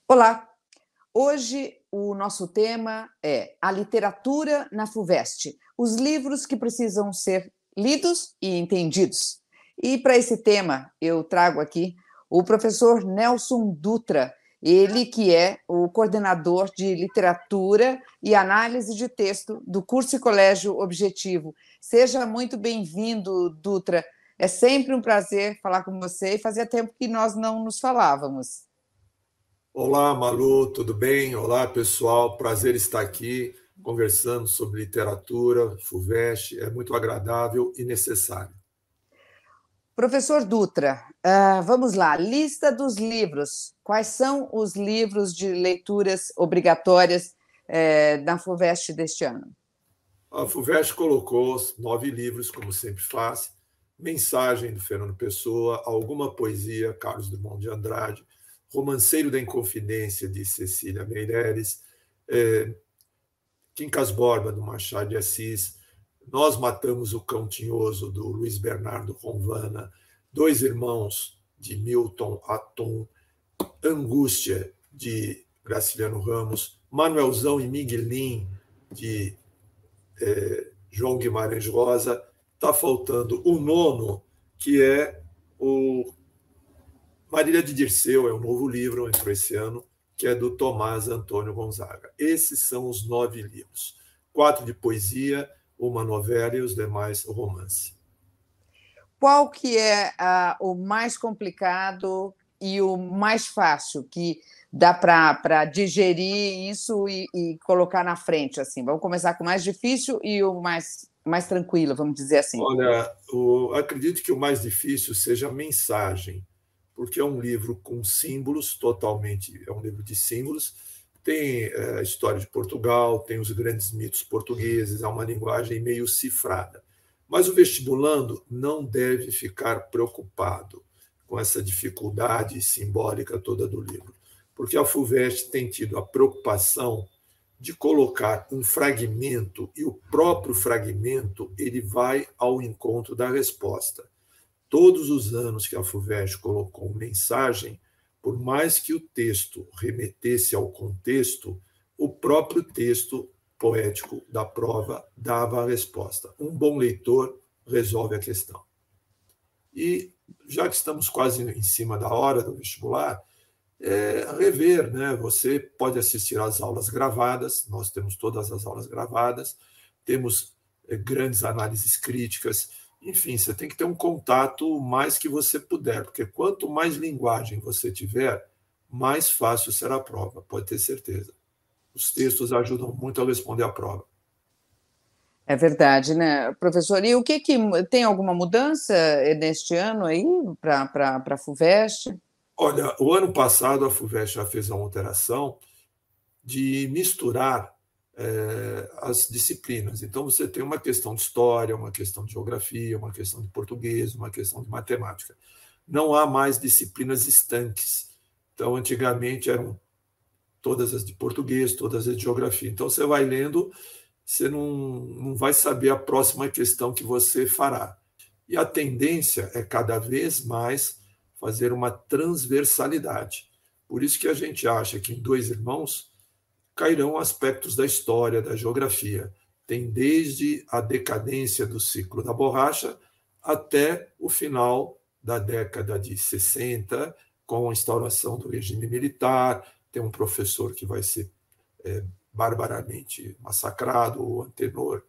Olá! Hoje o nosso tema é a literatura na FUVEST, os livros que precisam ser lidos e entendidos. E para esse tema eu trago aqui o professor Nelson Dutra, ele que é o coordenador de literatura e análise de texto do curso e colégio Objetivo. Seja muito bem-vindo, Dutra. É sempre um prazer falar com você e fazia tempo que nós não nos falávamos. Olá, Malu, tudo bem? Olá, pessoal. Prazer estar aqui conversando sobre literatura, FUVEST. É muito agradável e necessário. Professor Dutra, vamos lá, lista dos livros. Quais são os livros de leituras obrigatórias na FUVEST deste ano? A FUVEST colocou 9 livros, como sempre faz, Mensagem, do Fernando Pessoa, alguma poesia, Carlos Drummond de Andrade, Romanceiro da Inconfidência, de Cecília Meireles, Quincas Borba, do Machado de Assis, Nós Matamos o Cão Tinhoso, do Luiz Bernardo Ronvana, Dois Irmãos, de Milton Aton, Angústia, de Graciliano Ramos, Manuelzão e Miguelin, de João Guimarães Rosa. Está faltando o nono, que é o Marília de Dirceu, é um novo livro, entrou esse ano, que é do Tomás Antônio Gonzaga. Esses são os 9 livros. 4 de poesia, uma novela e os demais romance. Qual que é o mais complicado e o mais fácil, que dá para digerir isso e colocar na frente? Assim? Vamos começar com o mais difícil e o mais tranquilo, vamos dizer assim. Olha, acredito que o mais difícil seja a mensagem, porque é um livro com símbolos, totalmente, é um livro de símbolos, tem a história de Portugal, tem os grandes mitos portugueses, há uma linguagem meio cifrada. Mas o vestibulando não deve ficar preocupado com essa dificuldade simbólica toda do livro, porque a FUVEST tem tido a preocupação de colocar um fragmento, e o próprio fragmento ele vai ao encontro da resposta. Todos os anos que a FUVEST colocou mensagem, por mais que o texto remetesse ao contexto, o próprio texto poético da prova dava a resposta. Um bom leitor resolve a questão. E, já que estamos quase em cima da hora do vestibular, rever, né? Você pode assistir às aulas gravadas, nós temos todas as aulas gravadas, temos grandes análises críticas, enfim, você tem que ter um contato o mais que você puder, porque quanto mais linguagem você tiver, mais fácil será a prova, pode ter certeza. Os textos ajudam muito a responder à prova. É verdade, né, professor? E o que tem alguma mudança neste ano aí para a FUVEST? Olha, o ano passado a FUVEST já fez uma alteração de misturar as disciplinas. Então, você tem uma questão de história, uma questão de geografia, uma questão de português, uma questão de matemática. Não há mais disciplinas estanques. Então, antigamente eram todas as de português, todas as de geografia. Então, você vai lendo, você não vai saber a próxima questão que você fará. E a tendência é cada vez mais fazer uma transversalidade. Por isso que a gente acha que em Dois Irmãos cairão aspectos da história, da geografia. Tem desde a decadência do ciclo da borracha até o final da década de 60, com a instauração do regime militar. Tem um professor que vai ser barbaramente massacrado, o Antenor,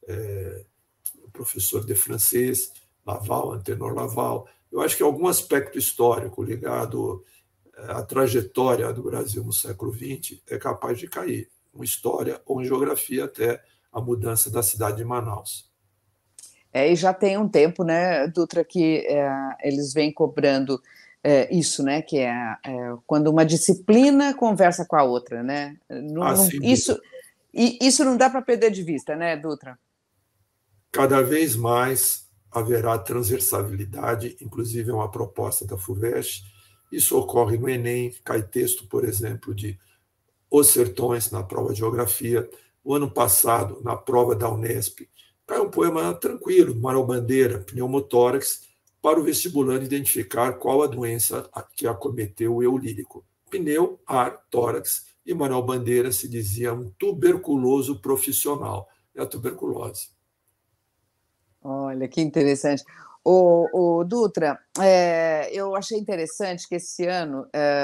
o professor de francês, Laval, Antenor Laval. Eu acho que algum aspecto histórico ligado à trajetória do Brasil no século XX é capaz de cair, uma história ou em geografia até a mudança da cidade de Manaus. E já tem um tempo, né, Dutra, que eles vêm cobrando isso, né, que quando uma disciplina conversa com a outra, né? Sem dúvida. Isso não dá para perder de vista, né, Dutra? Cada vez mais haverá transversalidade, inclusive é uma proposta da FUVEST. Isso ocorre no Enem, cai texto, por exemplo, de Os Sertões na prova de geografia. O ano passado, na prova da Unesp, caiu um poema tranquilo, do Manuel Bandeira, pneumotórax, para o vestibulando identificar qual a doença que acometeu o eu lírico. pneu, ar, tórax, e Manuel Bandeira se dizia um tuberculoso profissional. É a tuberculose. Olha, que interessante. O Dutra, eu achei interessante que esse ano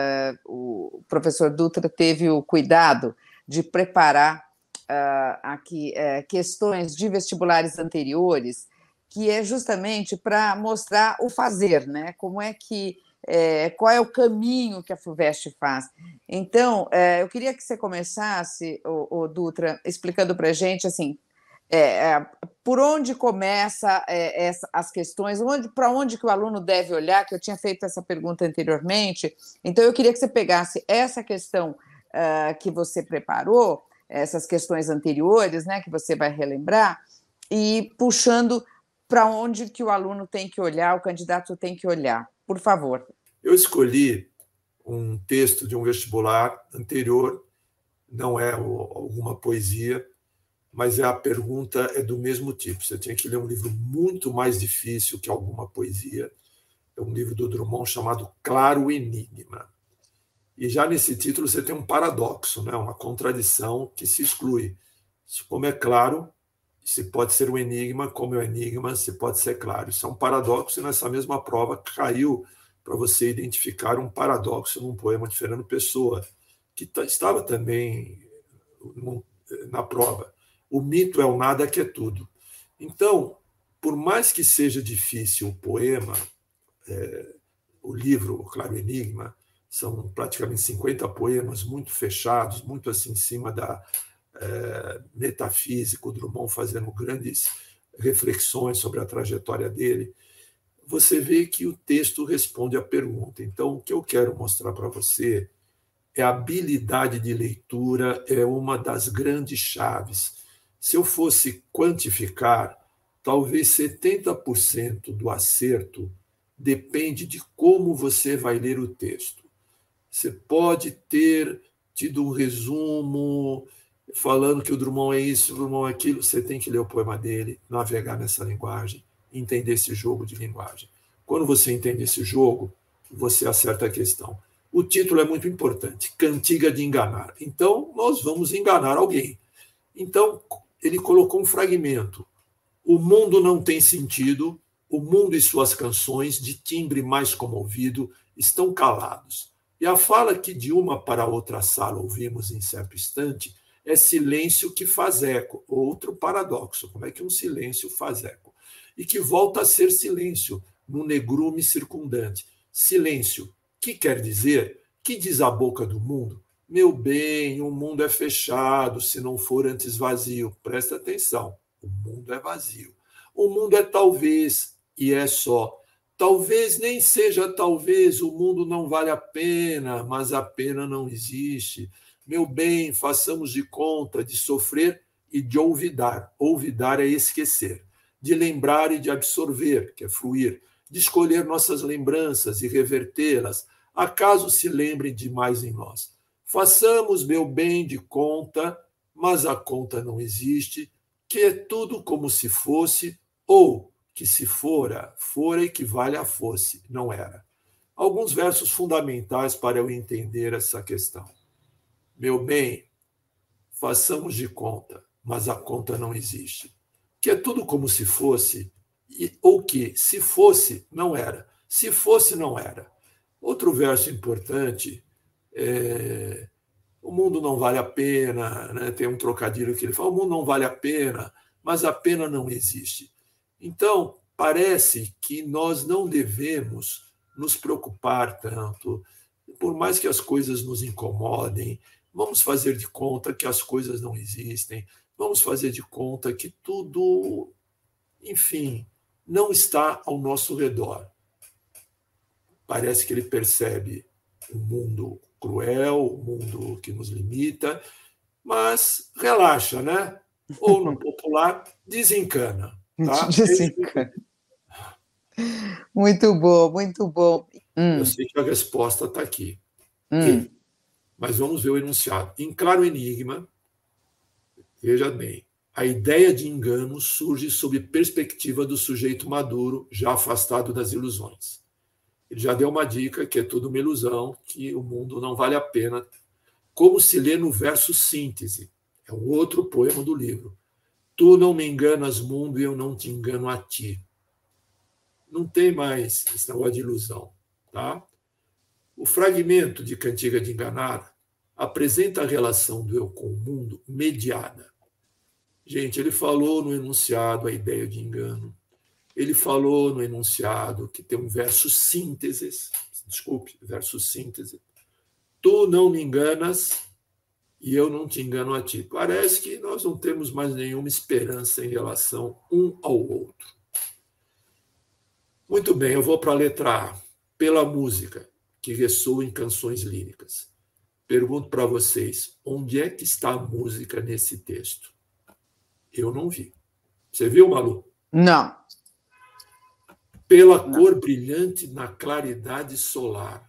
o professor Dutra teve o cuidado de preparar aqui questões de vestibulares anteriores, que é justamente para mostrar o fazer, né? Como é que qual é o caminho que a FUVEST faz. Então, eu queria que você começasse, o Dutra, explicando para a gente assim, por onde começa as questões, para onde que o aluno deve olhar, que eu tinha feito essa pergunta anteriormente. Então, eu queria que você pegasse essa questão que você preparou, essas questões anteriores, né, que você vai relembrar, e puxando para onde que o aluno tem que olhar, o candidato tem que olhar. Por favor. Eu escolhi um texto de um vestibular anterior, não é alguma poesia, mas a pergunta é do mesmo tipo. Você tinha que ler um livro muito mais difícil que alguma poesia. É um livro do Drummond chamado Claro Enigma. E já nesse título você tem um paradoxo, né? Uma contradição que se exclui. Como é claro, se pode ser um enigma, como é um enigma, se pode ser claro. Isso é um paradoxo, e nessa mesma prova caiu para você identificar um paradoxo num poema de Fernando Pessoa, que estava também na prova. O mito é o nada que é tudo. Então, por mais que seja difícil o poema, o livro, o Claro Enigma, são praticamente 50 poemas muito fechados, muito assim em cima da metafísica, o Drummond fazendo grandes reflexões sobre a trajetória dele, você vê que o texto responde à pergunta. Então, o que eu quero mostrar para você é a habilidade de leitura, é uma das grandes chaves. Se eu fosse quantificar, talvez 70% do acerto depende de como você vai ler o texto. Você pode ter tido um resumo falando que o Drummond é isso, o Drummond é aquilo. Você tem que ler o poema dele, navegar nessa linguagem, entender esse jogo de linguagem. Quando você entende esse jogo, você acerta a questão. O título é muito importante, Cantiga de Enganar. Então, nós vamos enganar alguém. Então, ele colocou um fragmento. O mundo não tem sentido, o mundo e suas canções, de timbre mais comovido, estão calados. E a fala que de uma para outra sala ouvimos em certo instante é silêncio que faz eco. Outro paradoxo, como é que um silêncio faz eco? E que volta a ser silêncio no negrume circundante. Silêncio, que quer dizer? Que diz a boca do mundo? Meu bem, o mundo é fechado, se não for antes vazio. Presta atenção, o mundo é vazio. O mundo é talvez, e é só. Talvez nem seja talvez, o mundo não vale a pena, mas a pena não existe. Meu bem, façamos de conta de sofrer e de olvidar. Olvidar é esquecer. De lembrar e de absorver, que é fluir. De escolher nossas lembranças e revertê-las, acaso se lembrem demais em nós. Façamos, meu bem, de conta, mas a conta não existe, que é tudo como se fosse, ou que se fora equivale a fosse, não era. Alguns versos fundamentais para eu entender essa questão. Meu bem, façamos de conta, mas a conta não existe. Que é tudo como se fosse, ou que, se fosse, não era. Se fosse, não era. Outro verso importante é: o mundo não vale a pena, né? Tem um trocadilho que ele fala: o mundo não vale a pena, mas a pena não existe. Então, parece que nós não devemos nos preocupar tanto, por mais que as coisas nos incomodem, vamos fazer de conta que as coisas não existem, vamos fazer de conta que tudo, enfim, não está ao nosso redor. Parece que ele percebe um mundo cruel, um mundo que nos limita, mas relaxa, né? Ou, no popular, desencana. Tá? Desencana. Muito bom, muito bom. Eu sei que a resposta está aqui. Mas vamos ver o enunciado. Em Claro Enigma, veja bem, a ideia de engano surge sob perspectiva do sujeito maduro, já afastado das ilusões. Ele já deu uma dica que é tudo uma ilusão, que o mundo não vale a pena, como se lê no verso síntese. É um outro poema do livro. Tu não me enganas, mundo, e eu não te engano a ti. Não tem mais esse negócio de ilusão. Tá? O fragmento de Cantiga de Enganar apresenta a relação do eu com o mundo mediada. Gente, ele falou no enunciado a ideia de engano. Ele falou no enunciado que tem um verso síntese. Desculpe, verso síntese. Tu não me enganas e eu não te engano a ti. Parece que nós não temos mais nenhuma esperança em relação um ao outro. Muito bem, eu vou para a letra A. Pela música, que ressoa em canções líricas. Pergunto para vocês, onde é que está a música nesse texto? Eu não vi. Você viu, Malu? Não. Pela cor brilhante na claridade solar.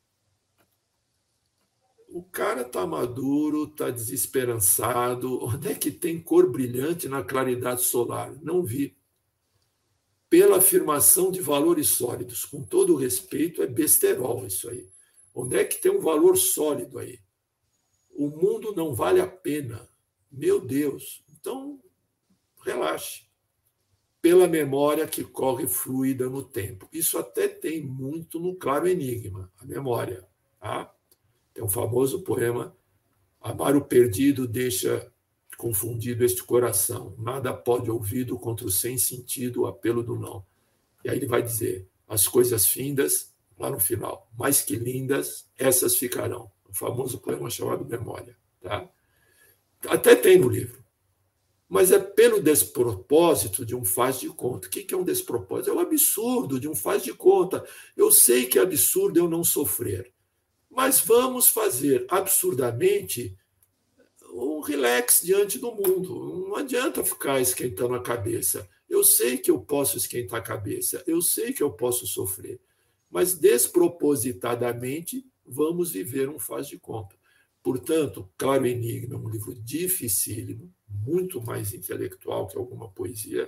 O cara está maduro, está desesperançado. Onde é que tem cor brilhante na claridade solar? Não vi. Pela afirmação de valores sólidos. Com todo o respeito, é besterol isso aí. Onde é que tem um valor sólido aí? O mundo não vale a pena. Meu Deus. Então, relaxe. Pela memória que corre fluida no tempo. Isso até tem muito no Claro Enigma, a memória. Tá? Tem um famoso poema, amar o perdido deixa confundido este coração, nada pode ouvido contra o sem sentido, o apelo do não. E aí ele vai dizer, as coisas findas, lá no final, mais que lindas, essas ficarão. O famoso poema chamado Memória. Tá? Até tem no livro. Mas é pelo despropósito de um faz de conta. O que é um despropósito? É o absurdo de um faz de conta. Eu sei que é absurdo eu não sofrer, mas vamos fazer absurdamente um relax diante do mundo. Não adianta ficar esquentando a cabeça. Eu sei que eu posso esquentar a cabeça, eu sei que eu posso sofrer, mas despropositadamente vamos viver um faz de conta. Portanto, Claro Enigma é um livro dificílimo, muito mais intelectual que alguma poesia.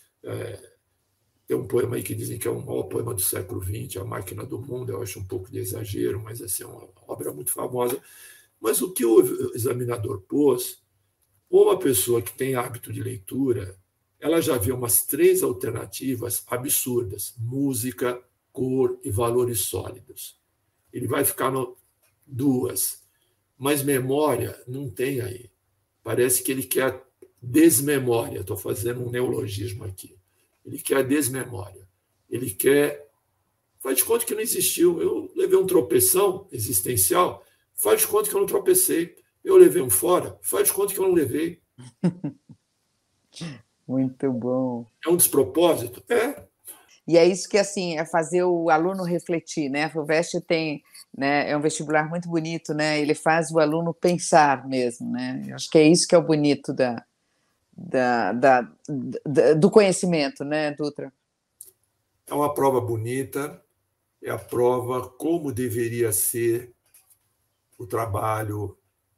Tem um poema aí que dizem que é o maior poema do século XX, A Máquina do Mundo. Eu acho um pouco de exagero, mas assim, é uma obra muito famosa. Mas o que o examinador pôs, uma pessoa que tem hábito de leitura, ela já viu umas 3 alternativas absurdas: música, cor e valores sólidos. Ele vai ficar no 2. Mas memória não tem aí. Parece que ele quer desmemória. Estou fazendo um neologismo aqui. Ele quer a desmemória. Ele quer... Faz de conta que não existiu. Eu levei um tropeção existencial, faz de conta que eu não tropecei. Eu levei um fora, faz de conta que eu não levei. Muito bom. É um despropósito? É. E é isso que, assim, é fazer o aluno refletir, né? A FUVEST tem, né, é um vestibular muito bonito, né? Ele faz o aluno pensar mesmo, né? Eu acho que é isso que é o bonito do conhecimento, né, Dutra? É uma prova bonita, é a prova como deveria ser o trabalho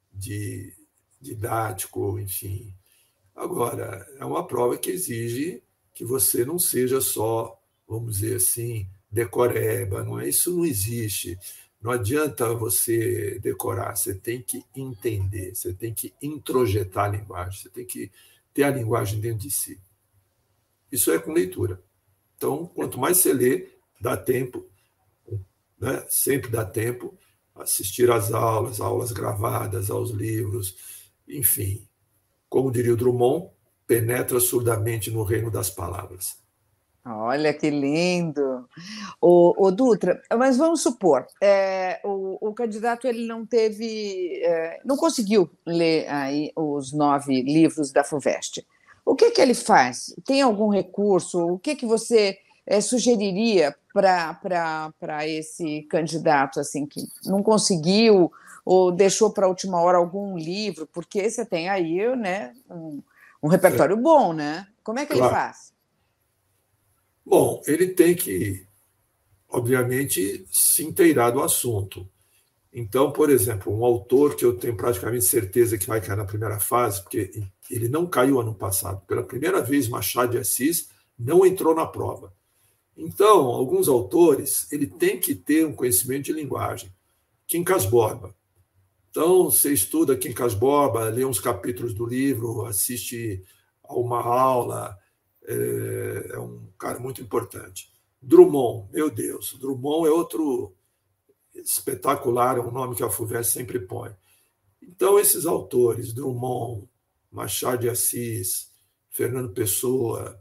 didático, enfim. Agora, é uma prova que exige que você não seja só, vamos dizer assim, decoreba, não é? Isso não existe. Não adianta você decorar, você tem que entender, você tem que introjetar a linguagem, você tem que ter a linguagem dentro de si. Isso é com leitura. Então, quanto mais você lê, dá tempo, né? Sempre dá tempo, assistir às aulas gravadas, aos livros, enfim. Como diria o Drummond, penetra surdamente no reino das palavras. Olha que lindo! O Dutra, mas vamos supor, o candidato ele não teve, não conseguiu ler aí os 9 livros da FUVEST. O que ele faz? Tem algum recurso? O que você sugeriria para esse candidato assim que não conseguiu ou deixou para a última hora algum livro? Porque você tem aí, né, um repertório bom, né? Como é que ele faz? Bom, ele tem que, obviamente, se inteirar do assunto. Então, por exemplo, um autor que eu tenho praticamente certeza que vai cair na primeira fase, porque ele não caiu ano passado. Pela primeira vez, Machado de Assis não entrou na prova. Então, alguns autores, ele tem que ter um conhecimento de linguagem. Quincas Borba. Então, você estuda Quincas Borba, lê uns capítulos do livro, assiste a uma aula, é um cara muito importante. Drummond, meu Deus, Drummond é outro espetacular, é um nome que a FUVEST sempre põe. Então, esses autores, Drummond, Machado de Assis, Fernando Pessoa,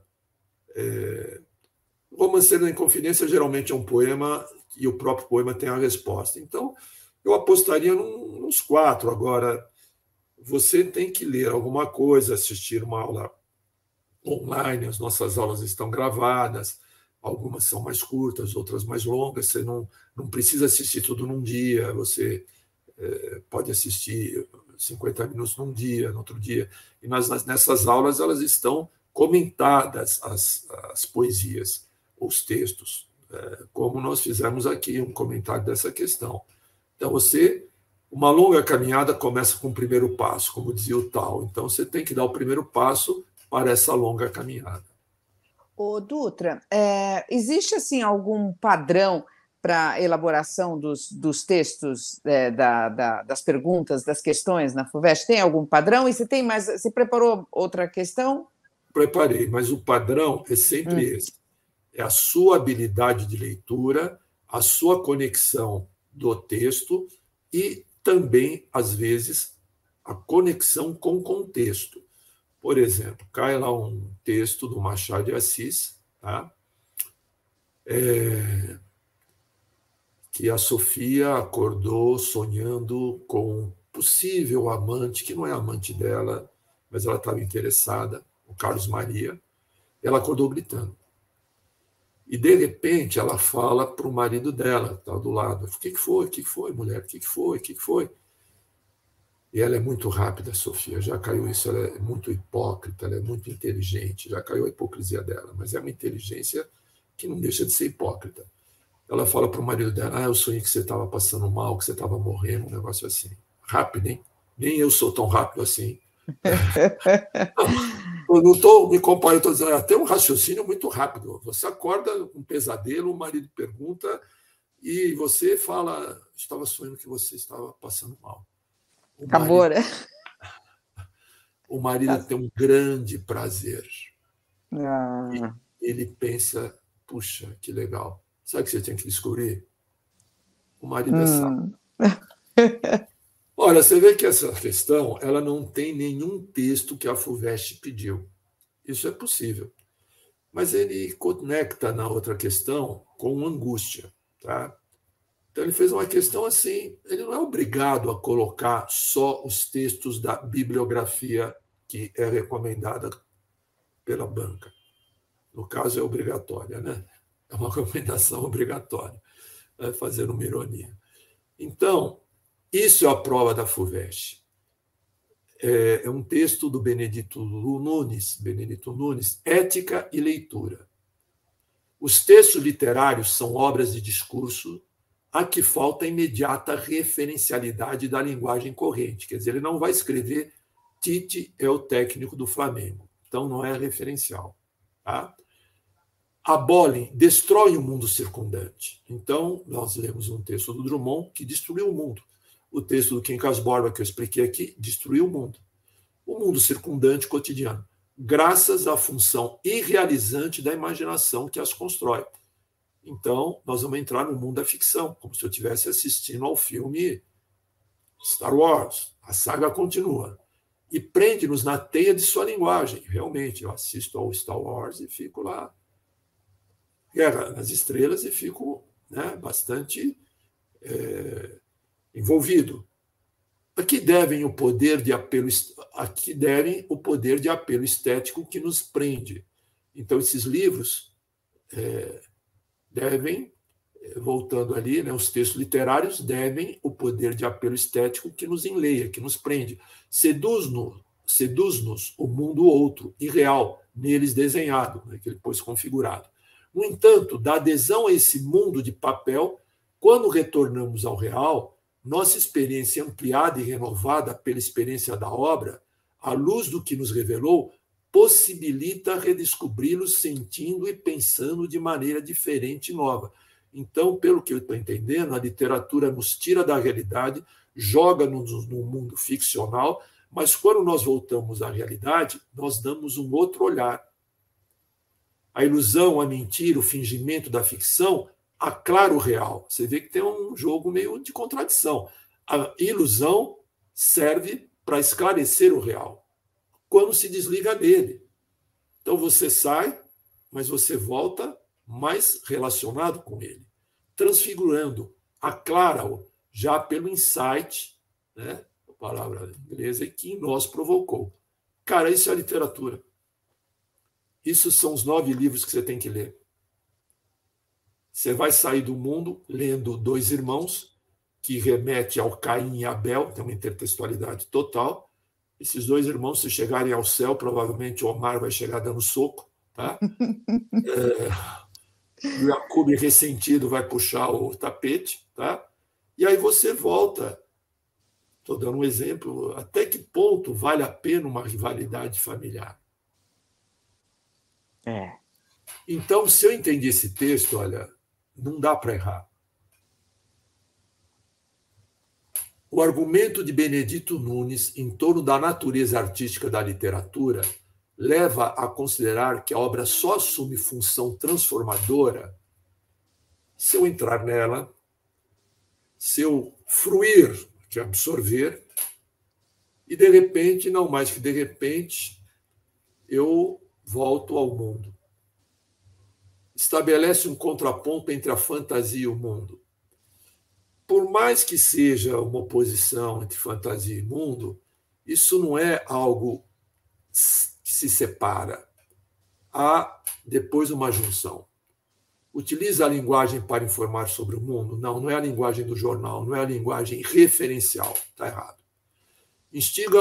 Romanceiro da Inconfidência geralmente é um poema e o próprio poema tem a resposta. Então, eu apostaria nos 4. Agora, você tem que ler alguma coisa, assistir uma aula online, as nossas aulas estão gravadas, algumas são mais curtas, outras mais longas, você não precisa assistir tudo num dia, você pode assistir 50 minutos num dia, no outro dia. E nessas aulas elas estão comentadas, as poesias, os textos, como nós fizemos aqui, um comentário dessa questão. Então, uma longa caminhada começa com o primeiro passo, como dizia o Tal. Então, você tem que dar o primeiro passo para essa longa caminhada. Ô, Dutra, existe assim algum padrão para a elaboração dos textos, das perguntas, das questões na FUVEST? Tem algum padrão? E você preparou outra questão? Preparei, mas o padrão é sempre esse. É a sua habilidade de leitura, a sua conexão do texto e também, às vezes, a conexão com o contexto. Por exemplo, cai lá um texto do Machado de Assis, tá? Que a Sofia acordou sonhando com um possível amante, que não é amante dela, mas ela estava interessada, o Carlos Maria. Ela acordou gritando. E, de repente, ela fala para o marido dela, que está do lado. O que foi? O que foi, mulher? O que foi? O que foi? E ela é muito rápida, Sofia, já caiu isso, ela é muito hipócrita, ela é muito inteligente, já caiu a hipocrisia dela, mas é uma inteligência que não deixa de ser hipócrita. Ela fala para o marido dela, eu sonhei que você estava passando mal, que você estava morrendo, um negócio assim. Rápido, hein? Nem eu sou tão rápido assim. Eu não estou me comparando, estou dizendo, tem um raciocínio muito rápido. Você acorda com um pesadelo, o marido pergunta e você fala, estava sonhando que você estava passando mal. Acabou, né? O marido tem um grande prazer. Ah. E ele pensa, puxa, que legal. Sabe o que você tem que descobrir? O marido é sábio. Olha, você vê que essa questão ela não tem nenhum texto que a FUVEST pediu. Isso é possível. Mas ele conecta na outra questão com angústia. Tá? Então, ele fez uma questão assim, ele não é obrigado a colocar só os textos da bibliografia que é recomendada pela banca. No caso, é obrigatória, né? É uma recomendação obrigatória, fazendo uma ironia. Então, isso é a prova da FUVEST. É um texto do Benedito Nunes, Ética e Leitura. Os textos literários são obras de discurso a que falta a imediata referencialidade da linguagem corrente. Quer dizer, ele não vai escrever Tite é o técnico do Flamengo. Então, não é referencial. Tá? Abolem, destrói o mundo circundante. Então, nós lemos um texto do Drummond que destruiu o mundo. O texto do Quincas Borba, que eu expliquei aqui, destruiu o mundo circundante cotidiano, graças à função irrealizante da imaginação que as constrói. Então, nós vamos entrar no mundo da ficção, como se eu estivesse assistindo ao filme Star Wars. A saga continua. E prende-nos na teia de sua linguagem. Realmente, eu assisto ao Star Wars e fico lá, Guerra nas Estrelas, e fico bastante envolvido. Aqui devem o poder de apelo estético que nos prende. Então, esses livros devem, voltando ali, os textos literários devem o poder de apelo estético que nos enleia, que nos prende. Seduz-nos o mundo outro, irreal, neles desenhado, que ele pôs configurado. No entanto, da adesão a esse mundo de papel, quando retornamos ao real, nossa experiência ampliada e renovada pela experiência da obra, à luz do que nos revelou, possibilita redescobri-lo sentindo e pensando de maneira diferente e nova. Então, pelo que eu estou entendendo, a literatura nos tira da realidade, joga-nos no mundo ficcional, mas quando nós voltamos à realidade, nós damos um outro olhar. A ilusão, a mentira, o fingimento da ficção aclara o real. Você vê que tem um jogo meio de contradição. A ilusão serve para esclarecer o real, quando se desliga dele. Então você sai, mas você volta mais relacionado com ele, transfigurando, aclara-o já pelo insight, né, a palavra inglesa, que em nós provocou. Cara, isso é a literatura. Isso são os 9 livros que você tem que ler. Você vai sair do mundo lendo Dois Irmãos, que remete ao Caim e Abel, tem uma intertextualidade total. Esses 2 irmãos, se chegarem ao céu, provavelmente o Omar vai chegar dando soco, tá? O Jacob, ressentido, vai puxar o tapete, tá? E aí você volta. Estou dando um exemplo. Até que ponto vale a pena uma rivalidade familiar? Então, se eu entendi esse texto, olha, não dá para errar. O argumento de Benedito Nunes em torno da natureza artística da literatura leva a considerar que a obra só assume função transformadora se eu entrar nela, se eu fruir, que é absorver, e de repente, não mais que de repente, eu volto ao mundo. Estabelece um contraponto entre a fantasia e o mundo. Por mais que seja uma oposição entre fantasia e mundo, isso não é algo que se separa. Há depois uma junção. Utiliza a linguagem para informar sobre o mundo? Não, não é a linguagem do jornal, não é a linguagem referencial. Está errado. Instiga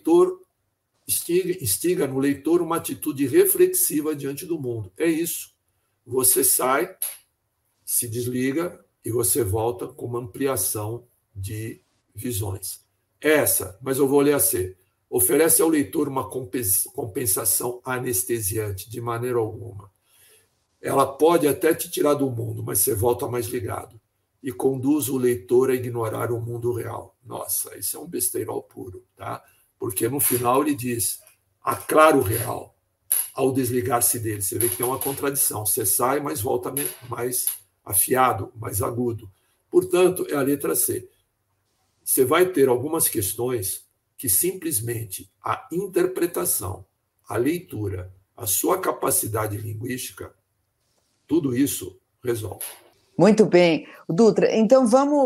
no leitor uma atitude reflexiva diante do mundo. É isso. Você sai, se desliga e você volta com uma ampliação de visões. Mas eu vou ler a C. Oferece ao leitor uma compensação anestesiante, de maneira alguma. Ela pode até te tirar do mundo, mas você volta mais ligado. E conduz o leitor a ignorar o mundo real. Nossa, isso é um besteirol puro, tá? Porque no final ele diz, aclara o real ao desligar-se dele. Você vê que tem uma contradição. Você sai, mas volta mais afiado, mais agudo. Portanto, é a letra C. Você vai ter algumas questões que simplesmente a interpretação, a leitura, a sua capacidade linguística, tudo isso resolve. Muito bem. Dutra, então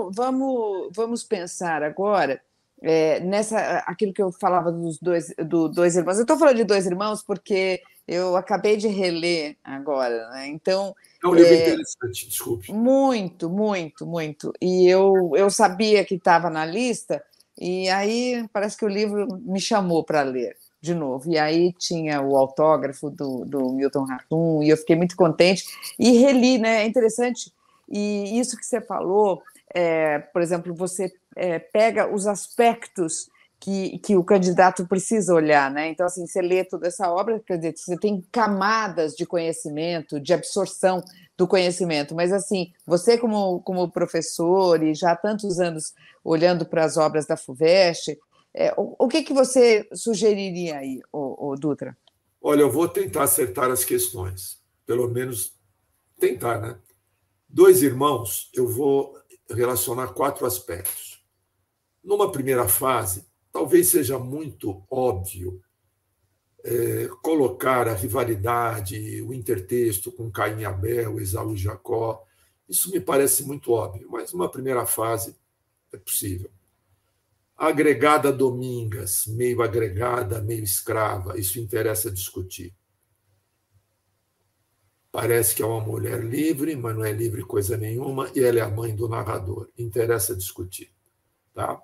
vamos pensar agora aquilo que eu falava dos dois irmãos. Eu estou falando de Dois Irmãos porque eu acabei de reler agora, né? Então, é um livro interessante, desculpe. Muito, muito, muito. E eu sabia que estava na lista, e aí parece que o livro me chamou para ler de novo. E aí tinha o autógrafo do Milton Ratum, e eu fiquei muito contente. E reli, né? É interessante. E isso que você falou, por exemplo, você pega os aspectos que o candidato precisa olhar, né? Então, assim, você lê toda essa obra, quer dizer, você tem camadas de conhecimento, de absorção do conhecimento, mas, assim, você como professor e já há tantos anos olhando para as obras da FUVEST, o que você sugeriria aí, Dutra? Olha, eu vou tentar acertar as questões, pelo menos tentar, né? Dois Irmãos, eu vou relacionar 4 aspectos. Numa primeira fase, talvez seja muito óbvio colocar a rivalidade, o intertexto com Caim e Abel, Esaú e Jacó. Isso me parece muito óbvio, mas numa primeira fase é possível. A agregada Domingas, meio agregada, meio escrava, isso interessa discutir. Parece que é uma mulher livre, mas não é livre coisa nenhuma, e ela é a mãe do narrador. Interessa discutir. Tá?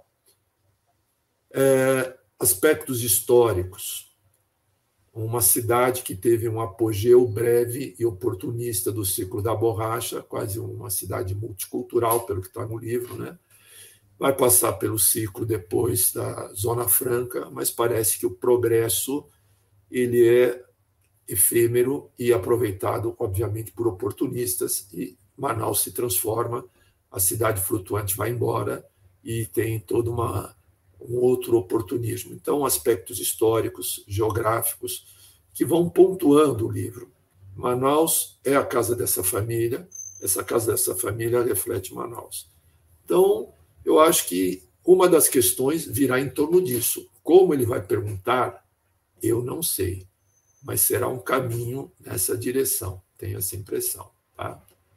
Aspectos históricos. Uma cidade que teve um apogeu breve e oportunista do ciclo da borracha, quase uma cidade multicultural, pelo que está no livro, né? Vai passar pelo ciclo depois da Zona Franca, mas parece que o progresso ele é efêmero e aproveitado, obviamente, por oportunistas, e Manaus se transforma, a cidade flutuante vai embora e tem todo um outro oportunismo. Então, aspectos históricos, geográficos, que vão pontuando o livro. Manaus é a casa dessa família, essa casa dessa família reflete Manaus. Então, eu acho que uma das questões virá em torno disso. Como ele vai perguntar, eu não sei, mas será um caminho nessa direção, tenho essa impressão. Tá?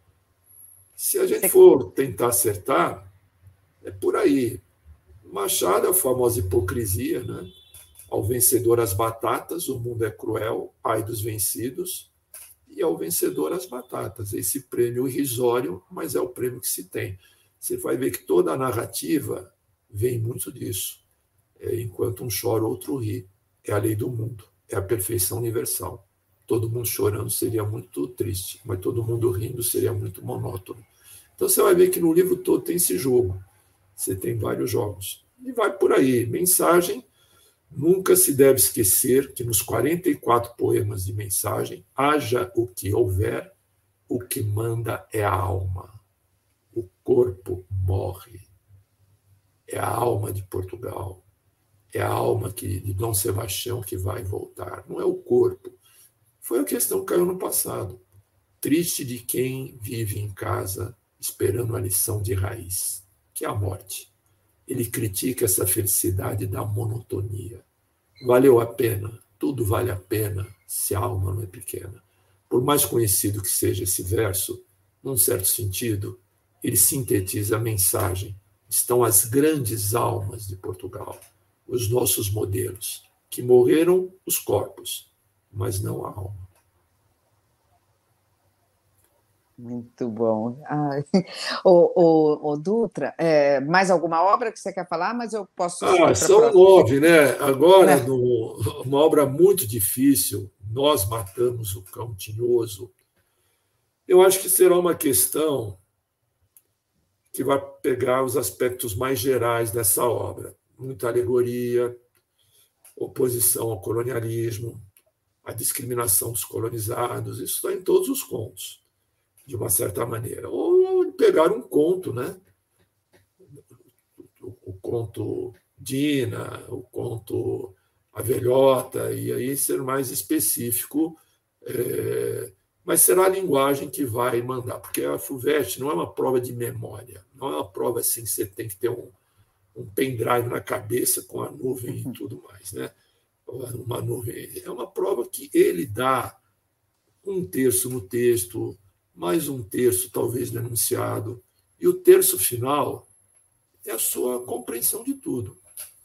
Se a gente for tentar acertar, é por aí. Machado é a famosa hipocrisia, né? Ao vencedor as batatas, o mundo é cruel, ai dos vencidos, e ao vencedor as batatas. Esse prêmio irrisório, mas é o prêmio que se tem. Você vai ver que toda a narrativa vem muito disso. Enquanto um chora, outro ri. É a lei do mundo, é a perfeição universal. Todo mundo chorando seria muito triste, mas todo mundo rindo seria muito monótono. Então você vai ver que no livro todo tem esse jogo. Você tem vários jogos. E vai por aí. Mensagem. Nunca se deve esquecer que nos 44 poemas de mensagem, haja o que houver, o que manda é a alma. O corpo morre. É a alma de Portugal. É a alma de Dom Sebastião que vai voltar. Não é o corpo. Foi a questão que caiu no passado. Triste de quem vive em casa esperando a lição de raiz, que é a morte. Ele critica essa felicidade da monotonia. Valeu a pena, tudo vale a pena se a alma não é pequena. Por mais conhecido que seja esse verso, num certo sentido, ele sintetiza a mensagem. Estão as grandes almas de Portugal, os nossos modelos, que morreram os corpos, mas não a alma. Muito bom. O Dutra, mais alguma obra que você quer falar? Mas eu posso seguir para são próxima. 9, né? Agora, uma obra muito difícil, Nós Matamos o Cão Tinhoso. Eu acho que será uma questão que vai pegar os aspectos mais gerais dessa obra. Muita alegoria, oposição ao colonialismo, a discriminação dos colonizados, isso está em todos os contos, de uma certa maneira. Ou pegar um conto, né? O conto Dina, o conto A Velhota, e aí ser mais específico, mas será a linguagem que vai mandar, porque a FUVEST não é uma prova de memória, não é uma prova assim que você tem que ter um pendrive na cabeça com a nuvem e tudo mais, né? Uma nuvem. É uma prova que ele dá um terço no texto, mais um terço talvez no enunciado, e o terço final é a sua compreensão de tudo.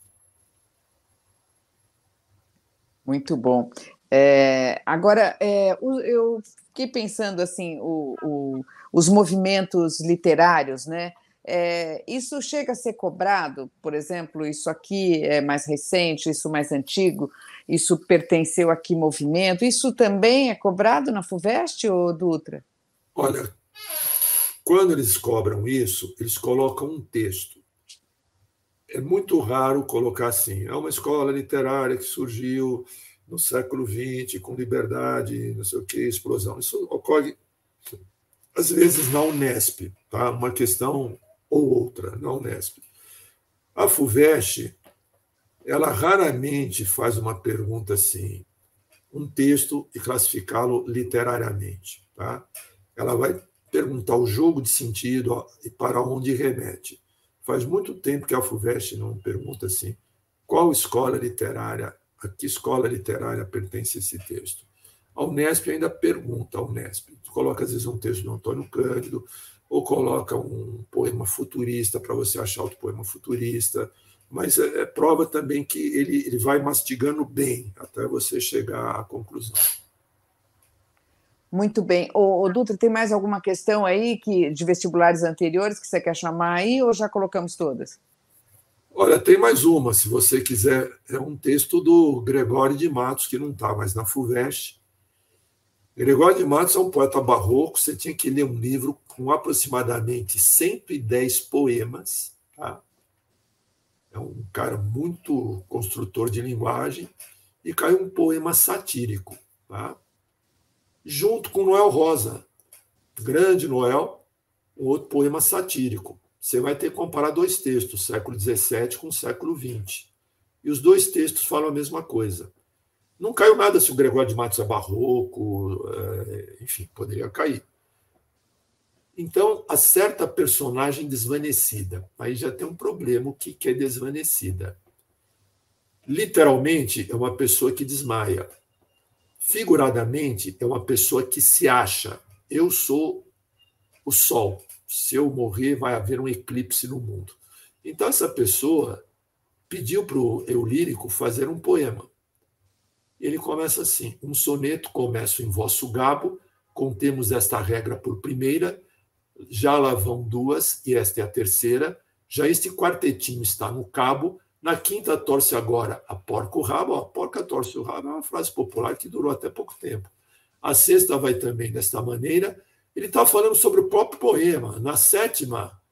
Muito bom. Agora, eu fiquei pensando assim, os movimentos literários, né? Isso chega a ser cobrado, por exemplo, isso aqui é mais recente, isso mais antigo, isso pertenceu a que movimento? Isso também é cobrado na FUVEST, ou Dutra? Olha, quando eles cobram isso, eles colocam um texto. É muito raro colocar assim, é uma escola literária que surgiu no século XX, com liberdade, não sei o quê, explosão. Isso ocorre, às vezes, na Unesp, tá? Uma questão ou outra, na Unesp. A FUVEST, ela raramente faz uma pergunta assim, um texto e classificá-lo literariamente. Tá? Ela vai perguntar o jogo de sentido e para onde remete. Faz muito tempo que a FUVEST não pergunta assim, qual escola literária, a que escola literária pertence esse texto? A Unesp ainda pergunta, a Unesp coloca às vezes um texto do Antônio Cândido, ou coloca um poema futurista para você achar outro poema futurista, mas é prova também que ele vai mastigando bem até você chegar à conclusão. Muito bem. O Dutra, tem mais alguma questão aí de vestibulares anteriores que você quer chamar aí, ou já colocamos todas? Olha, tem mais uma, se você quiser. É um texto do Gregório de Matos, que não está mais na FUVEST. Gregório de Matos é um poeta barroco, você tinha que ler um livro com aproximadamente 110 poemas. Tá? É um cara muito construtor de linguagem, e caiu um poema satírico, tá? Junto com Noel Rosa, grande Noel, um outro poema satírico. Você vai ter que comparar dois textos, século XVII com o século XX. E os dois textos falam a mesma coisa. Não caiu nada se o Gregório de Matos é barroco, enfim, poderia cair. Então, há certa personagem desvanecida. Aí já tem um problema, o que é desvanecida? Literalmente, é uma pessoa que desmaia. Figuradamente, é uma pessoa que se acha. Eu sou o sol. Se eu morrer, vai haver um eclipse no mundo. Então, essa pessoa pediu para o eu lírico fazer um poema. Ele começa assim: um soneto começo em vosso gabo, contemos esta regra por primeira, já lá vão duas, e esta é a terceira, já este quartetinho está no cabo, na quinta torce agora a porca o rabo, a porca torce o rabo é uma frase popular que durou até pouco tempo. A sexta vai também desta maneira. Ele está falando sobre o próprio poema. Na sétima,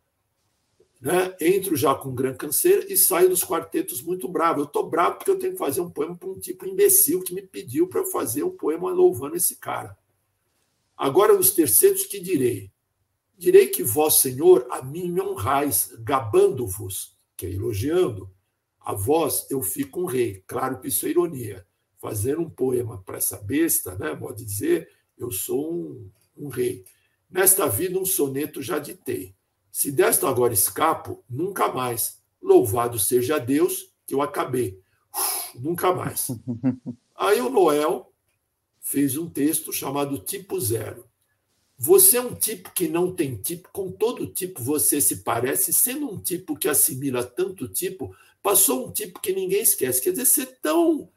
né, entro já com Gran Canseira e saio dos quartetos muito bravo. Eu estou bravo porque eu tenho que fazer um poema para um tipo imbecil que me pediu para eu fazer um poema louvando esse cara. Agora, nos terceiros, que direi? Direi que vós, Senhor, a mim me honrais, gabando-vos, que é elogiando. A vós eu fico um rei. Claro que isso é ironia. Fazer um poema para essa besta, né, pode dizer, eu sou um rei. Nesta vida um soneto já ditei. Se desta agora escapo, nunca mais. Louvado seja Deus que eu acabei. Nunca mais. Aí o Noel fez um texto chamado Tipo Zero. Você é um tipo que não tem tipo, com todo tipo você se parece, sendo um tipo que assimila tanto tipo, passou um tipo que ninguém esquece. Quer dizer, ser tão,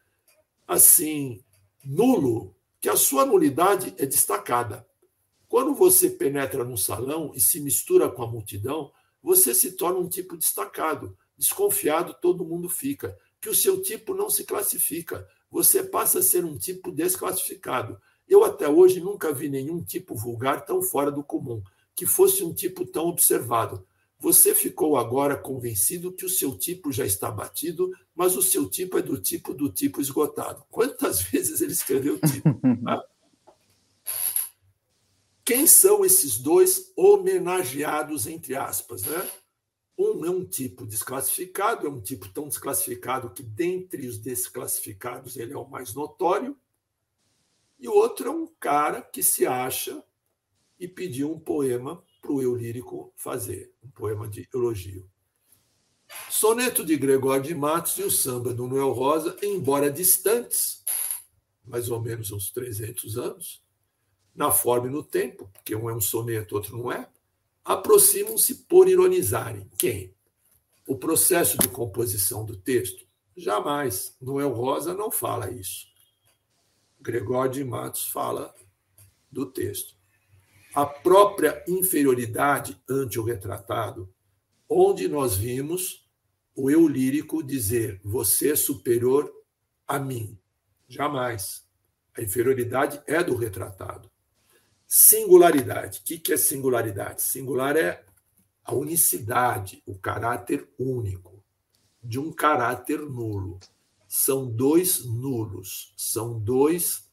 assim, nulo, que a sua nulidade é destacada. Quando você penetra num salão e se mistura com a multidão, você se torna um tipo destacado. Desconfiado, todo mundo fica. Que o seu tipo não se classifica. Você passa a ser um tipo desclassificado. Eu até hoje nunca vi nenhum tipo vulgar tão fora do comum, que fosse um tipo tão observado. Você ficou agora convencido que o seu tipo já está batido, mas o seu tipo é do tipo esgotado. Quantas vezes ele escreveu tipo? Tá? Quem são esses dois homenageados, entre aspas, né? Um é um tipo desclassificado, é um tipo tão desclassificado que, dentre os desclassificados, ele é o mais notório. E o outro é um cara que se acha e pediu um poema para o eu lírico fazer, um poema de elogio. Soneto de Gregório de Matos e o samba do Noel Rosa, embora distantes, mais ou menos uns 300 anos, na forma e no tempo, porque um é um soneto, outro não é, aproximam-se por ironizarem. Quem? O processo de composição do texto? Jamais. Noel Rosa não fala isso. Gregório de Matos fala do texto. A própria inferioridade ante o retratado, onde nós vimos o eu lírico dizer: você é superior a mim. Jamais. A inferioridade é do retratado. Singularidade. O que é singularidade? Singular é a unicidade, o caráter único, de um caráter nulo. São dois nulos, são dois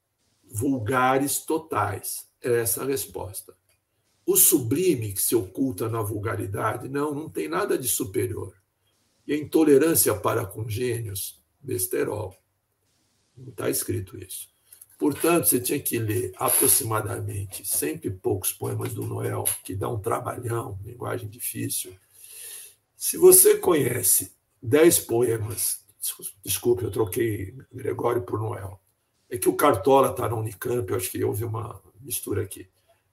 vulgares totais. É essa a resposta. O sublime que se oculta na vulgaridade, não tem nada de superior. E a intolerância para com gênios, besterol. Não está escrito isso. Portanto, você tinha que ler aproximadamente 100 e poucos poemas do Noel, que dá um trabalhão, linguagem difícil. Se você conhece 10 poemas, desculpe, eu troquei Gregório por Noel, é que o Cartola está na Unicamp, eu acho que houve uma mistura aqui.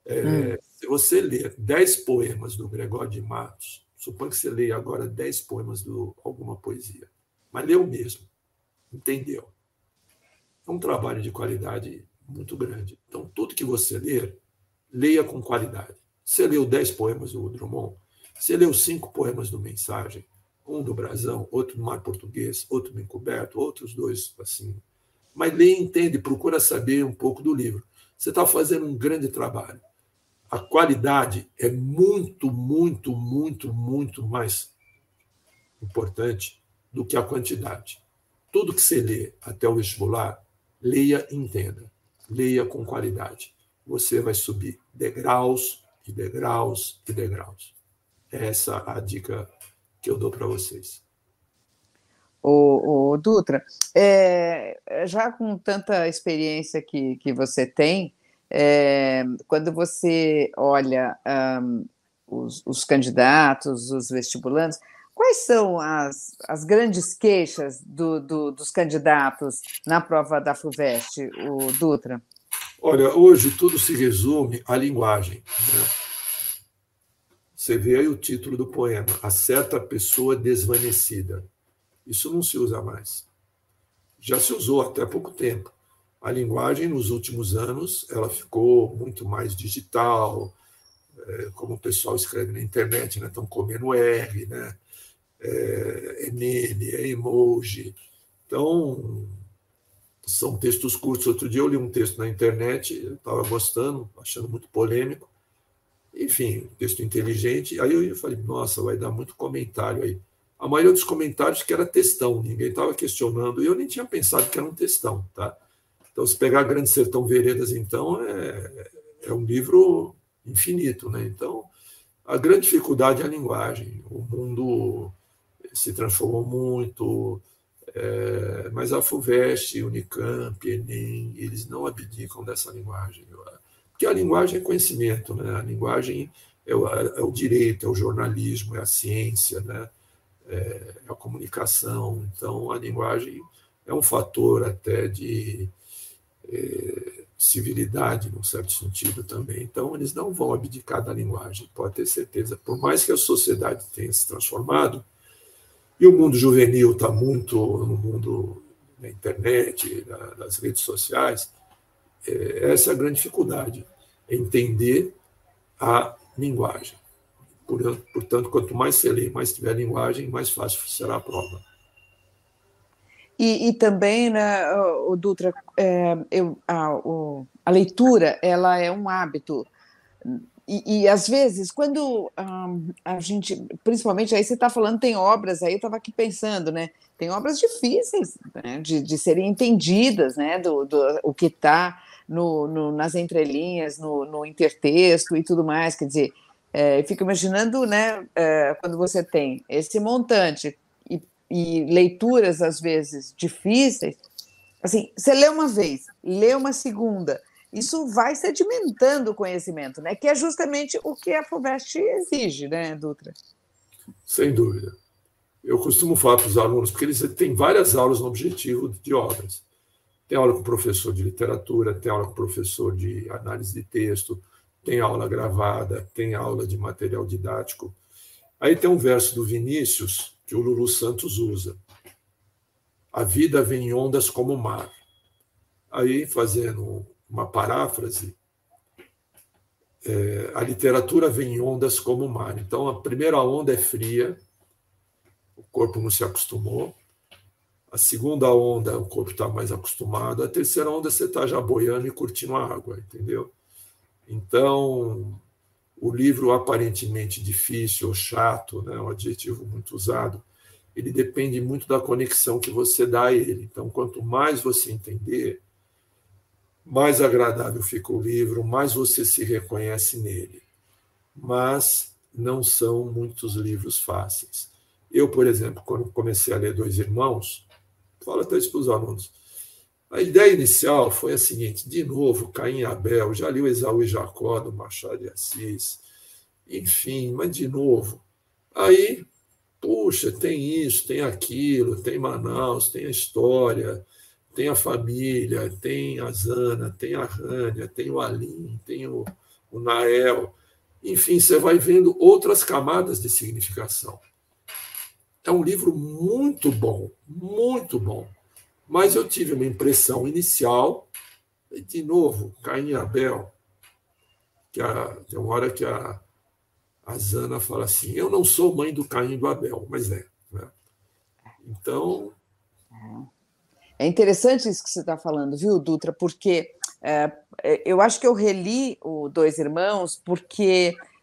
Se você ler 10 poemas do Gregório de Matos, suponho que você leia agora 10 poemas de alguma poesia, mas leu mesmo, entendeu? É um trabalho de qualidade muito grande. Então, tudo que você ler, leia com qualidade. Você leu 10 poemas do Drummond, você leu 5 poemas do Mensagem, um do Brasão, outro do Mar Português, outro do Encoberto, outros 2 assim. Mas leia, entende, procura saber um pouco do livro. Você está fazendo um grande trabalho. A qualidade é muito, muito, muito, muito mais importante do que a quantidade. tudo que você lê até o vestibular, leia e entenda. Leia com qualidade. Você vai subir degraus e degraus e degraus. Essa é a dica que eu dou para vocês. O Dutra, já com tanta experiência que você tem, quando você olha os candidatos, os vestibulandos, quais são as grandes queixas dos candidatos na prova da FUVEST, o Dutra? Olha, hoje tudo se resume à linguagem, né? Você vê aí o título do poema, A Certa Pessoa Desvanecida. Isso não se usa mais. Já se usou até pouco tempo. A linguagem, nos últimos anos, ela ficou muito mais digital, como o pessoal escreve na internet, né? Estão comendo R, né? É meme, é emoji. Então, são textos curtos. Outro dia eu li um texto na internet, eu estava gostando, achando muito polêmico. Enfim, texto inteligente. Aí eu falei, nossa, vai dar muito comentário aí. A maioria dos comentários que era textão, ninguém estava questionando, e eu nem tinha pensado que era um textão. Tá? Então, se pegar Grande Sertão Veredas, então, é um livro infinito. Né? Então, a grande dificuldade é a linguagem. O mundo se transformou muito, mas a FUVEST, Unicamp, Enem, eles não abdicam dessa linguagem. Porque a linguagem é conhecimento, né? A linguagem é o direito, é o jornalismo, é a ciência, né? É a comunicação. Então, a linguagem é um fator até de civilidade, num certo sentido também. Então, eles não vão abdicar da linguagem, pode ter certeza. Por mais que a sociedade tenha se transformado, e o mundo juvenil está muito no mundo da internet, das redes sociais, essa é a grande dificuldade, é entender a linguagem. Portanto, quanto mais você lê, mais tiver linguagem, mais fácil será a prova. E também, né, o Dutra, a leitura ela é um hábito. E às vezes, quando a gente, principalmente aí você está falando, tem obras, aí eu estava aqui pensando, né? Tem obras difíceis, né, de serem entendidas, né? O que está nas entrelinhas, no intertexto e tudo mais. Quer dizer, eu fico imaginando, né? Quando você tem esse montante e leituras, às vezes, difíceis, assim, você lê uma vez, lê uma segunda, isso vai sedimentando o conhecimento, né? Que é justamente o que a FUVEST exige, né, Dutra? Sem dúvida. Eu costumo falar para os alunos, porque eles têm várias aulas no objetivo de obras. Tem aula com o professor de literatura, tem aula com o professor de análise de texto, tem aula gravada, tem aula de material didático. Aí tem um verso do Vinícius que o Lulu Santos usa. A vida vem em ondas como o mar. Aí, fazendo uma paráfrase, a literatura vem em ondas como o mar. Então, a primeira onda é fria, o corpo não se acostumou. A segunda onda, o corpo está mais acostumado. A terceira onda, você está já boiando e curtindo a água, entendeu? Então, o livro aparentemente difícil ou chato, né, um adjetivo muito usado, ele depende muito da conexão que você dá a ele. Então, quanto mais você entender, mais agradável fica o livro, mais você se reconhece nele. Mas não são muitos livros fáceis. Eu, por exemplo, quando comecei a ler Dois Irmãos, falo até isso para os alunos, a ideia inicial foi a seguinte, de novo, Caim e Abel, já li o Esaú e Jacó, do Machado de Assis, enfim, mas de novo. Aí, puxa, tem isso, tem aquilo, tem Manaus, tem a história, tem a família, tem a Zana, tem a Rânia, tem o Alim, tem o Nael. Enfim, você vai vendo outras camadas de significação. É um livro muito bom, muito bom. Mas eu tive uma impressão inicial, e de novo, Caim e Abel, tem uma hora que a Zana fala assim, eu não sou mãe do Caim e do Abel, mas é. Né? Então... É interessante isso que você está falando, viu, Dutra? Porque eu acho que eu reli o Dois Irmãos porque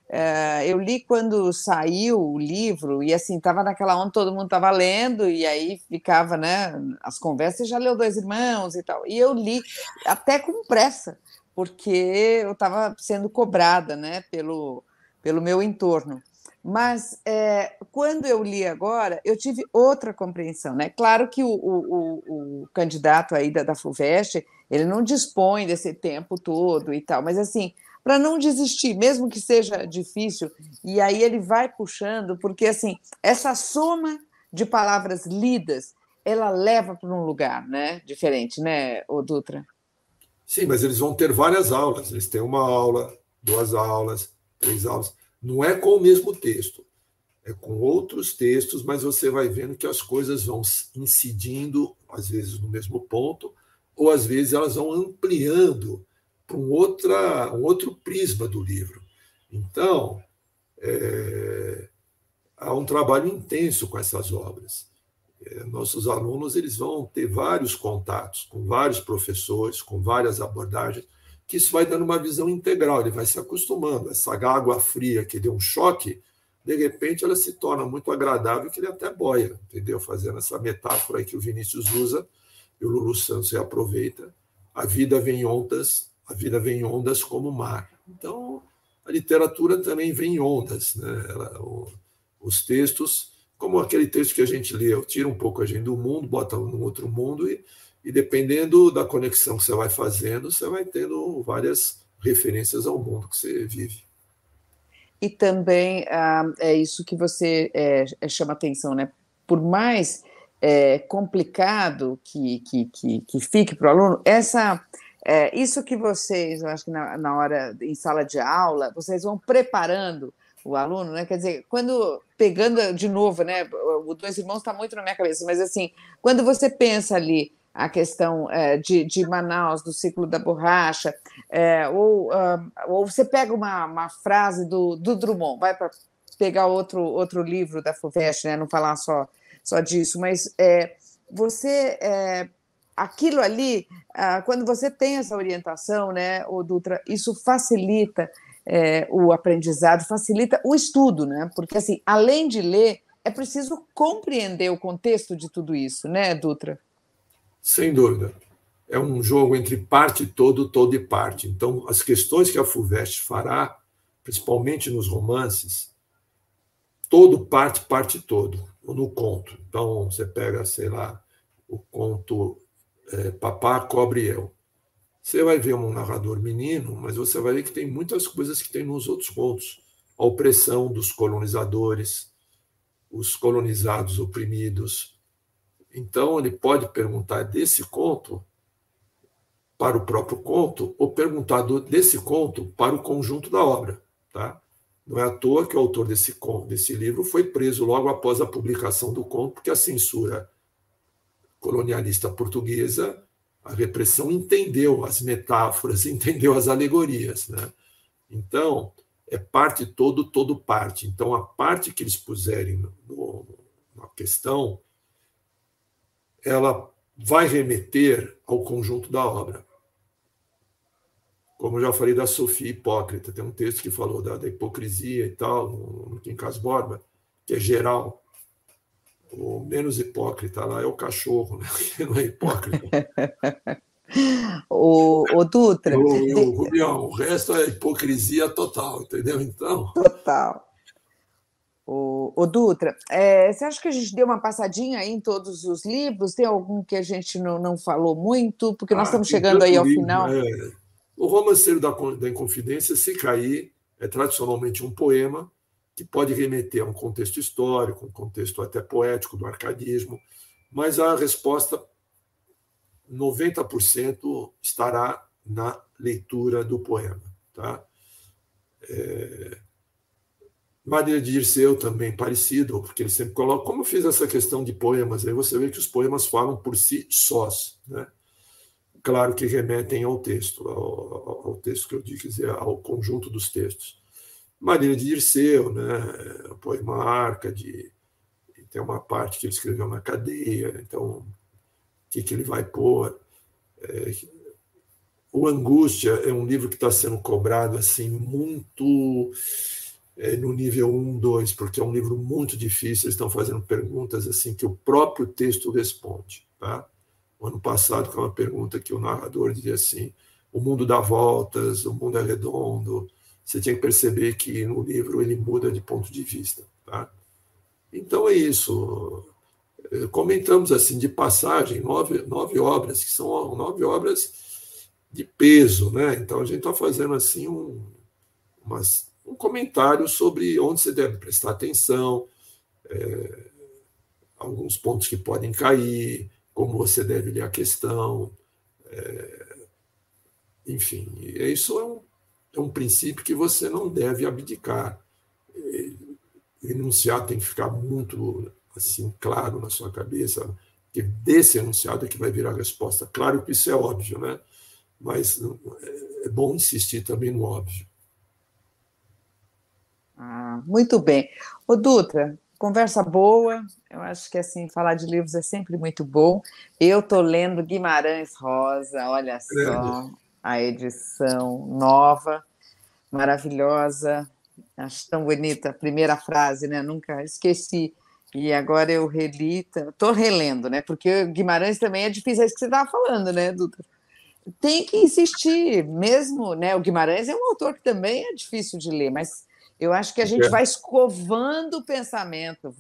Eu li quando saiu o livro, e assim, estava naquela onda, todo mundo estava lendo, e aí ficava, né, as conversas, já leu Dois Irmãos e tal. E eu li até com pressa, porque eu estava sendo cobrada, né, pelo meu entorno. Mas quando eu li agora, eu tive outra compreensão, né? Claro que o candidato aí da FUVEST, ele não dispõe desse tempo todo e tal, mas assim, para não desistir, mesmo que seja difícil, e aí ele vai puxando, porque assim, essa soma de palavras lidas, ela leva para um lugar, né, diferente, né, o Dutra? Sim, mas eles vão ter várias aulas. Eles têm uma aula, duas aulas, três aulas. Não é com o mesmo texto, é com outros textos, mas você vai vendo que as coisas vão incidindo, às vezes no mesmo ponto, ou às vezes elas vão ampliando para um outro prisma do livro. Então, há um trabalho intenso com essas obras. Nossos alunos eles vão ter vários contatos com vários professores, com várias abordagens, que isso vai dando uma visão integral, ele vai se acostumando. Essa água fria que deu um choque, de repente ela se torna muito agradável, que ele até boia, entendeu? Fazendo essa metáfora aí que o Vinícius usa, e o Lulu Santos aproveita, a vida vem em ondas como o mar. Então, a literatura também vem em ondas, né? Os textos, como aquele texto que a gente lê, tira um pouco a gente do mundo, bota num outro mundo, e dependendo da conexão que você vai fazendo, você vai tendo várias referências ao mundo que você vive. E também é isso que você chama atenção, né? Por mais complicado que fique para o aluno, isso que vocês, eu acho que na hora, em sala de aula, vocês vão preparando o aluno, né? Quer dizer, quando, pegando de novo, né? O Dois Irmãos está muito na minha cabeça, mas assim, quando você pensa ali a questão de Manaus, do ciclo da borracha, ou você pega uma frase do Drummond, vai para pegar outro livro da FUVEST, né? Não falar só disso, mas você aquilo ali, quando você tem essa orientação, né, o Dutra, isso facilita o aprendizado, facilita o estudo, né? Porque assim, além de ler, é preciso compreender o contexto de tudo isso, né, Dutra? Sem dúvida. É um jogo entre parte todo, todo e parte. Então, as questões que a FUVEST fará, principalmente nos romances, todo parte, parte todo, no conto. Então, você pega, sei lá, o conto Papá, Cobre e Eu. Você vai ver um narrador menino, mas você vai ver que tem muitas coisas que tem nos outros contos. A opressão dos colonizadores, os colonizados oprimidos. Então, ele pode perguntar desse conto para o próprio conto ou perguntar desse conto para o conjunto da obra. Tá? Não é à toa que o autor desse livro foi preso logo após a publicação do conto, porque a censura colonialista portuguesa, a repressão entendeu as metáforas, entendeu as alegorias. Né? Então, é parte todo, todo parte. Então, a parte que eles puserem na questão, ela vai remeter ao conjunto da obra. Como eu já falei da Sofia Hipócrita, tem um texto que falou da hipocrisia e tal, no Quincas Borba, que é geral. O menos hipócrita lá é o cachorro, né? Que não é hipócrita. O Dutra. O Rubião, o resto é hipocrisia total, entendeu? Então. Total. O Dutra, você acha que a gente deu uma passadinha aí em todos os livros? Tem algum que a gente não falou muito? Porque nós estamos chegando aí ao final. O Romanceiro da Inconfidência, se cair, é tradicionalmente um poema que pode remeter a um contexto histórico, um contexto até poético do arcadismo, mas a resposta 90% estará na leitura do poema. Tá? Maria de Dirceu também parecido, porque ele sempre coloca, como eu fiz essa questão de poemas, aí você vê que os poemas falam por si sós, né? Claro que remetem ao texto, ao texto que eu disse, quer dizer, ao conjunto dos textos. Maria de Dirceu, né? O poema Arcade, tem uma parte que ele escreveu na cadeia, então o que ele vai pôr? O Angústia é um livro que está sendo cobrado assim muito no nível 1, 2, porque é um livro muito difícil, eles estão fazendo perguntas assim que o próprio texto responde. Tá? O ano passado, foi uma pergunta que o narrador dizia assim: o mundo dá voltas, o mundo é redondo. Você tinha que perceber que no livro ele muda de ponto de vista. Tá? Então é isso. Comentamos assim de passagem 9 obras, que são 9 obras de peso, né? Então a gente está fazendo assim um comentário sobre onde você deve prestar atenção, alguns pontos que podem cair, como você deve ler a questão, enfim, isso é um princípio que você não deve abdicar. O enunciado tem que ficar muito assim claro na sua cabeça, que desse enunciado é que vai virar a resposta. Claro que isso é óbvio, né? Mas é bom insistir também no óbvio. Muito bem. Ô, Dutra, conversa boa. Eu acho que assim, falar de livros é sempre muito bom. Eu estou lendo Guimarães Rosa, olha só, a edição nova, maravilhosa. Acho tão bonita a primeira frase, né? Nunca esqueci. E agora eu reli, estou relendo, né? Porque Guimarães também é difícil, é isso que você estava falando, né, Dutra? Tem que insistir, mesmo, né? O Guimarães é um autor que também é difícil de ler, mas eu acho que a gente vai escovando o pensamento.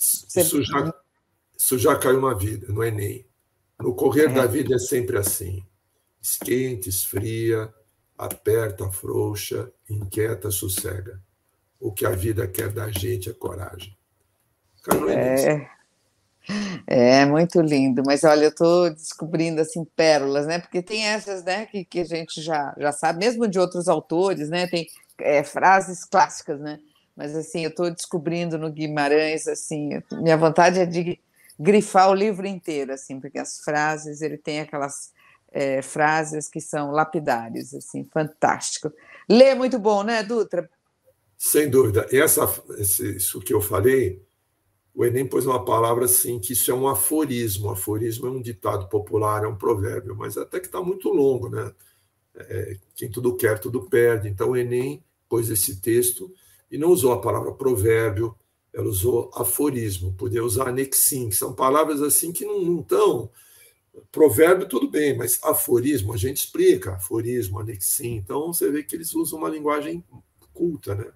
Isso já caiu na vida, no Enem. No correr da vida é sempre assim. Esquenta, esfria, aperta, afrouxa, inquieta, sossega. O que a vida quer da gente é coragem. Caiu no Enem. É muito lindo, mas olha, eu estou descobrindo assim pérolas, né? Porque tem essas, né, que a gente já sabe, mesmo de outros autores, né? Tem frases clássicas, né? Mas assim, eu estou descobrindo no Guimarães, assim, minha vontade é de grifar o livro inteiro, assim, porque as frases, ele tem aquelas frases que são lapidares, assim, fantástico. Lê é muito bom, né, Dutra? Sem dúvida. Isso que eu falei, o Enem pôs uma palavra assim, que isso é um aforismo. Aforismo é um ditado popular, é um provérbio, mas até que está muito longo, né? Quem tudo quer, tudo perde. Então o Enem pôs esse texto e não usou a palavra provérbio, ela usou aforismo, podia usar anexim, que são palavras assim que não estão. Provérbio, tudo bem, mas aforismo, a gente explica, aforismo, anexim. Então você vê que eles usam uma linguagem culta, né?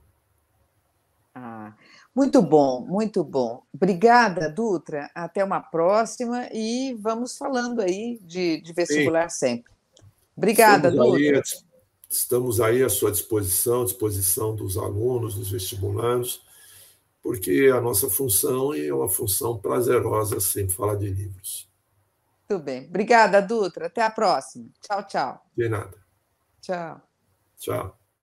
Muito bom, muito bom. Obrigada, Dutra. Até uma próxima e vamos falando aí de vestibular sempre. Obrigada, Dutra. Estamos aí à sua disposição dos alunos, dos vestibulandos, porque a nossa função é uma função prazerosa sempre falar de livros. Tudo bem. Obrigada, Dutra. Até a próxima. Tchau, tchau. De nada. Tchau. Tchau.